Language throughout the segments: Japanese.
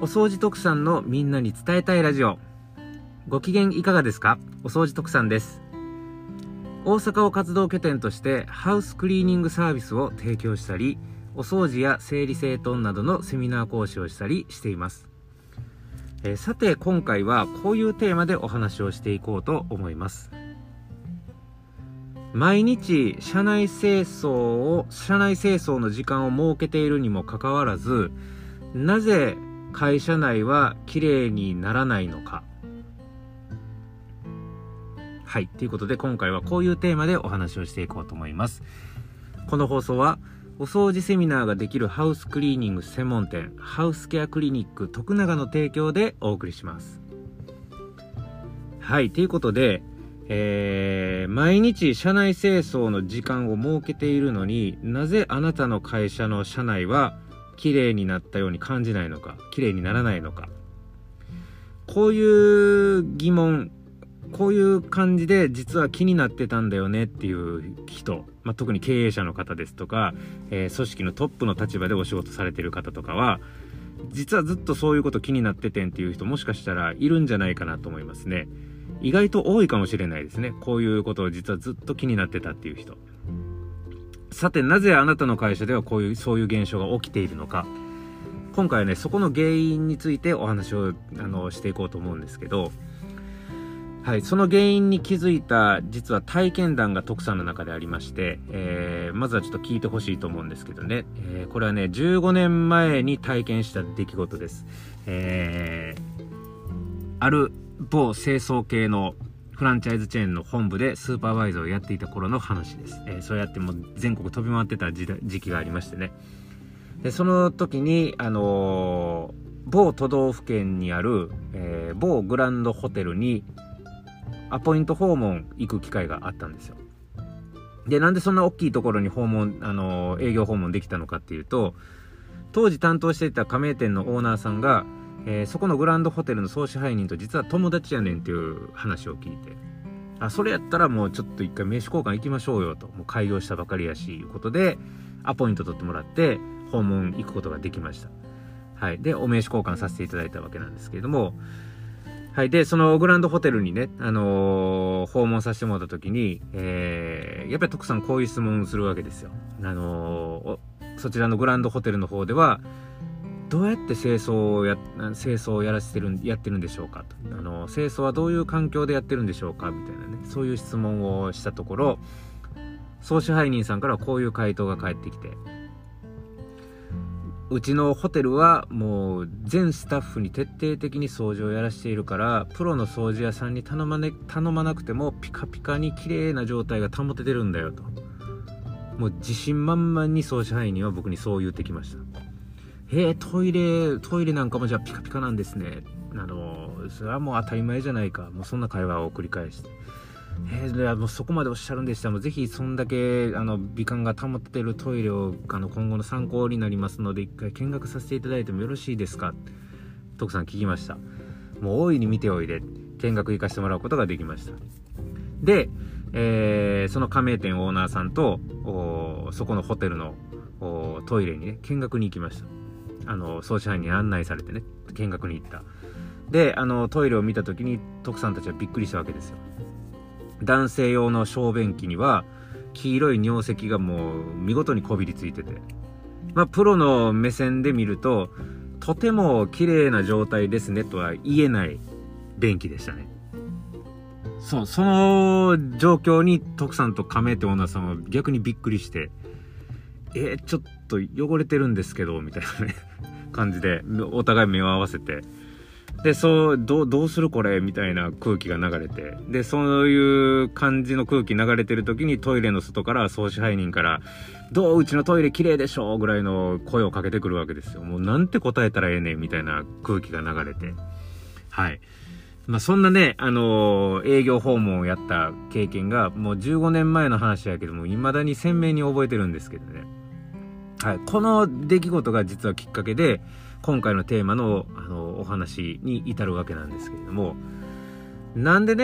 お掃除特産のみんなに伝えたいラジオ。ご機嫌いかがですか？お掃除特産です。大阪を活動拠点としてハウスクリーニングサービスを提供したり、お掃除や整理整頓などのセミナー講師をしたりしています。さて今回はこういうテーマでお話をしていこうと思います。毎日車内清掃の時間を設けているにもかかわらず、なぜ会社内はきれいにならないのか。はい、ということで今回はこういうテーマでお話をしていこうと思います。この放送はお掃除セミナーができるハウスクリーニング専門店ハウスケアクリニック徳永の提供でお送りします。はい、ということで、毎日車内清掃の時間を設けているのに、なぜあなたの会社の車内は綺麗になったように感じないのか、綺麗にならないのか。こういう疑問、こういう感じで実は気になってたんだよねっていう人、特に経営者の方ですとか、組織のトップの立場でお仕事されている方とかは、実はずっとそういうこと気になっててんっていう人もしかしたらいるんじゃないかなと思いますね。意外と多いかもしれないですね。こういうことを実はずっと気になってたっていう人。さてなぜあなたの会社ではそういう現象が起きているのか。今回はね、そこの原因についてお話をしていこうと思うんですけど、はい、その原因に気づいた実は体験談が徳さんの中でありまして、まずはちょっと聞いてほしいと思うんですけどね、これはね15年前に体験した出来事です。ある某清掃系のフランチャイズチェーンの本部でスーパーバイザーをやっていた頃の話です。そうやってもう全国飛び回ってた時期がありましてね。でその時に某都道府県にある、某グランドホテルにアポイント訪問行く機会があったんですよ。でなんでそんな大きいところに営業訪問できたのかっていうと、当時担当していた加盟店のオーナーさんがそこのグランドホテルの総支配人と実は友達やねんっていう話を聞いて、それやったらもうちょっと一回名刺交換行きましょうよと、もう開業したばかりやしいうことでアポイント取ってもらって訪問行くことができました。はい、でお名刺交換させていただいたわけなんですけれども、はい、でそのグランドホテルにね、訪問させてもらった時に、やっぱり徳さんこういう質問するわけですよ。そちらのグランドホテルの方ではどうやって清掃をやってるんでしょうかと、清掃はどういう環境でやってるんでしょうかみたいなね、そういう質問をしたところ、総支配人さんからこういう回答が返ってきて、うちのホテルはもう全スタッフに徹底的に掃除をやらしているから、プロの掃除屋さんに頼まなくてもピカピカに綺麗な状態が保ててるんだよと、もう自信満々に総支配人は僕にそう言ってきました。トイレなんかもじゃあピカピカなんですね。それはもう当たり前じゃないか。もうそんな会話を繰り返して、もうそこまでおっしゃるんでしたら、もうぜひそんだけ美観が保っているトイレを今後の参考になりますので一回見学させていただいてもよろしいですか。徳さん聞きました。もう大いに見ておいで、見学行かせてもらうことができました。で、その加盟店オーナーさんとそこのホテルのトイレにね見学に行きました。総支配に案内されてね見学に行った。でトイレを見た時に徳さんたちはびっくりしたわけですよ。男性用の小便器には黄色い尿石がもう見事にこびりついてて、プロの目線で見るととても綺麗な状態ですねとは言えない便器でしたね。その状況に徳さんと加盟店オーナーさんは逆にびっくりして、ちょっと汚れてるんですけどみたいなね感じでお互い目を合わせて、でどうするこれみたいな空気が流れて、でそういう感じの空気流れてる時にトイレの外から総支配人からうちのトイレ綺麗でしょぐらいの声をかけてくるわけですよ。もうなんて答えたらええねんみたいな空気が流れて、はい、そんなね営業訪問をやった経験がもう15年前の話やけども未だに鮮明に覚えてるんですけどね。はい、この出来事が実はきっかけで今回のテーマのお話に至るわけなんですけれども、なんでね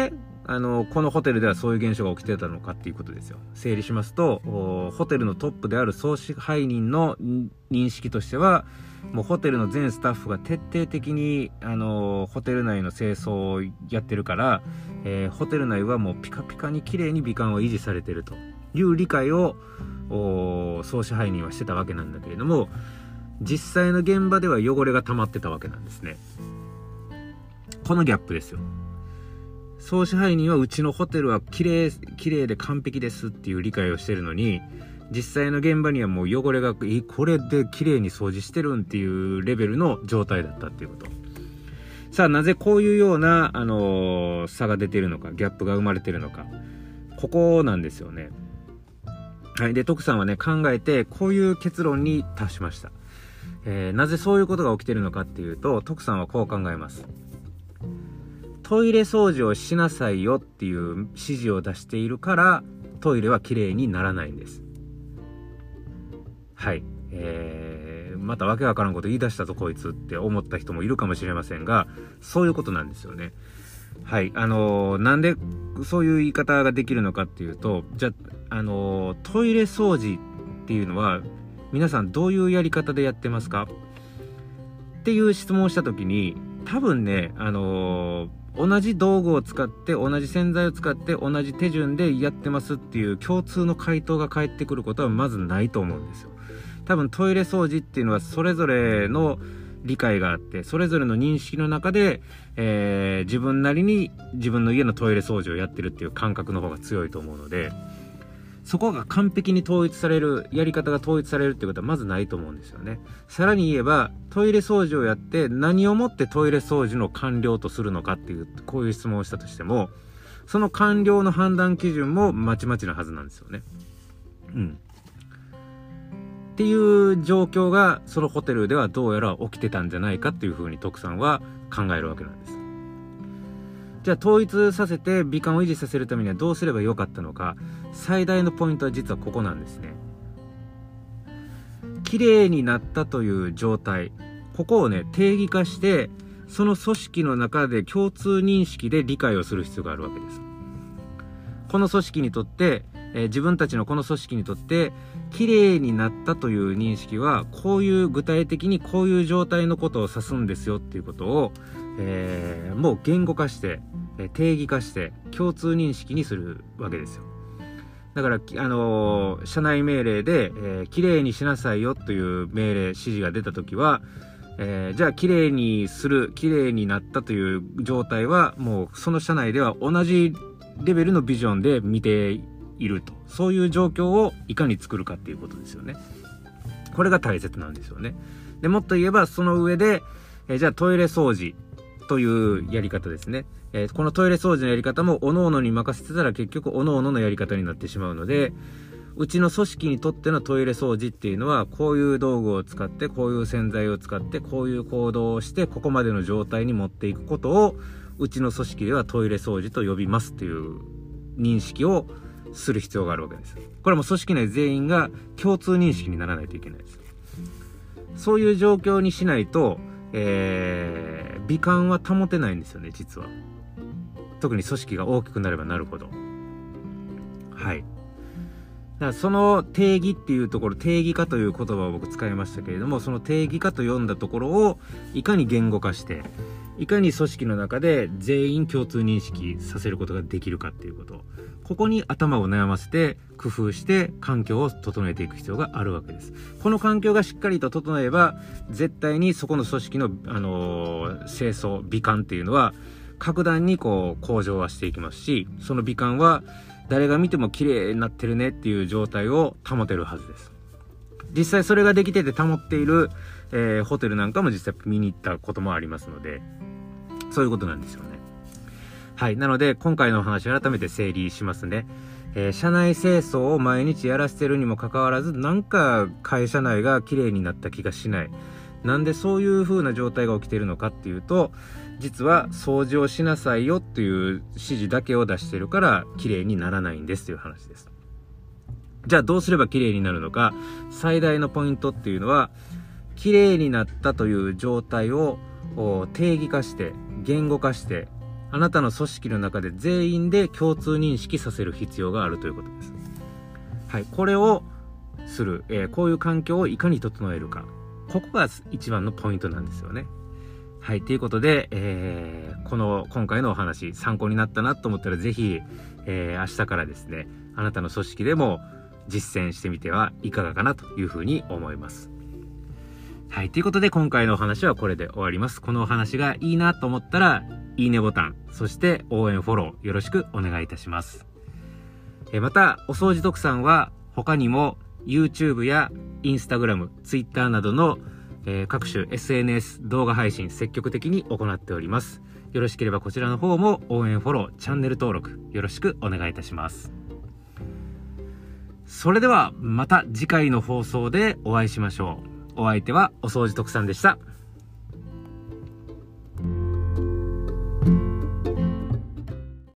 このホテルではそういう現象が起きてたのかっていうことですよ。整理しますと、ホテルのトップである総支配人の認識としては、もうホテルの全スタッフが徹底的にホテル内の清掃をやってるから、ホテル内はもうピカピカに綺麗に美観を維持されているという理解を総支配人はしてたわけなんだけれども、実際の現場では汚れが溜まってたわけなんですね。このギャップですよ。総支配人はうちのホテルは綺麗で完璧ですっていう理解をしてるのに、実際の現場にはもう汚れがこれで綺麗に掃除してるんっていうレベルの状態だったっていうこと。さあ、なぜこういうような差が出ているのか、ギャップが生まれているのか、ここなんですよね。はい。で、徳さんはね、考えてこういう結論に達しました。なぜそういうことが起きているのかっていうと、徳さんはこう考えます。トイレ掃除をしなさいよっていう指示を出しているからトイレはきれいにならないんです。はい、またわけわからんこと言い出したぞこいつって思った人もいるかもしれませんが、そういうことなんですよね。はい、なんでそういう言い方ができるのかっていうと、じゃあ、トイレ掃除っていうのは皆さんどういうやり方でやってますかっていう質問をした時に、多分ね、同じ道具を使って同じ洗剤を使って同じ手順でやってますっていう共通の回答が返ってくることはまずないと思うんですよ。多分トイレ掃除っていうのはそれぞれの理解があって、それぞれの認識の中で、自分なりに自分の家のトイレ掃除をやってるっていう感覚の方が強いと思うので、そこが完璧に統一される、やり方が統一されるっていうことはまずないと思うんですよね。さらに言えば、トイレ掃除をやって何をもってトイレ掃除の完了とするのかっていう、こういう質問をしたとしても、その完了の判断基準もまちまちなはずなんですよね。っていう状況がそのホテルではどうやら起きてたんじゃないかっていうふうに徳さんは考えるわけなんです。じゃあ統一させて美観を維持させるためにはどうすればよかったのか。最大のポイントは実はここなんですね。綺麗になったという状態、ここをね定義化して、その組織の中で共通認識で理解をする必要があるわけです。この組織にとって、自分たちのこの組織にとって綺麗になったという認識はこういう具体的にこういう状態のことを指すんですよっていうことを、もう言語化して定義化して共通認識にするわけですよ。だから社内命令で、綺麗にしなさいよという命令指示が出た時は、じゃあ綺麗にする、綺麗になったという状態はもうその社内では同じレベルのビジョンで見ていると、そういう状況をいかに作るかっていうことですよね。これが大切なんですよね。でもっと言えばその上で、じゃあトイレ掃除というやり方ですね。このトイレ掃除のやり方も各々に任せてたら結局各々のやり方になってしまうので、うちの組織にとってのトイレ掃除っていうのはこういう道具を使ってこういう洗剤を使ってこういう行動をしてここまでの状態に持っていくことをうちの組織ではトイレ掃除と呼びますっていう認識をする必要があるわけです。これも組織内全員が共通認識にならないといけないです。そういう状況にしないと、美観は保てないんですよね、実は。特に組織が大きくなればなるほど。はい。だからその定義っていうところ、定義化という言葉を僕使いましたけれども、その定義化と読んだところをいかに言語化して、いかに組織の中で全員共通認識させることができるかっていうこと、ここに頭を悩ませて工夫して環境を整えていく必要があるわけです。この環境がしっかりと整えば絶対にそこの組織の、清掃美観っていうのは格段にこう向上はしていきますし、その美観は誰が見ても綺麗になってるねっていう状態を保てるはずです。実際それができてて保っている、ホテルなんかも実際見に行ったこともありますので、そういうことなんですよね。はい。なので今回のお話改めて整理しますね。社内清掃を毎日やらせてるにもかかわらず、なんか会社内が綺麗になった気がしない。なんでそういう風な状態が起きているのかっていうと、実は掃除をしなさいよっていう指示だけを出してるから綺麗にならないんですという話です。じゃあどうすれば綺麗になるのか。最大のポイントっていうのは、綺麗になったという状態を定義化して言語化してあなたの組織の中で全員で共通認識させる必要があるということです。はい、これをする、こういう環境をいかに整えるか、ここが一番のポイントなんですよね。はい、ということで、今回のお話参考になったなと思ったらぜひ、明日からですね、あなたの組織でも実践してみてはいかがかなというふうに思います。はい、ということで今回のお話はこれで終わります。このお話がいいなと思ったらいいねボタン、そして応援フォローよろしくお願いいたします。またお掃除特産は他にも YouTube や Instagram、Twitter などの各種 SNS 動画配信積極的に行っております。よろしければこちらの方も応援フォロー、チャンネル登録よろしくお願いいたします。それではまた次回の放送でお会いしましょう。お相手はお掃除特産でした。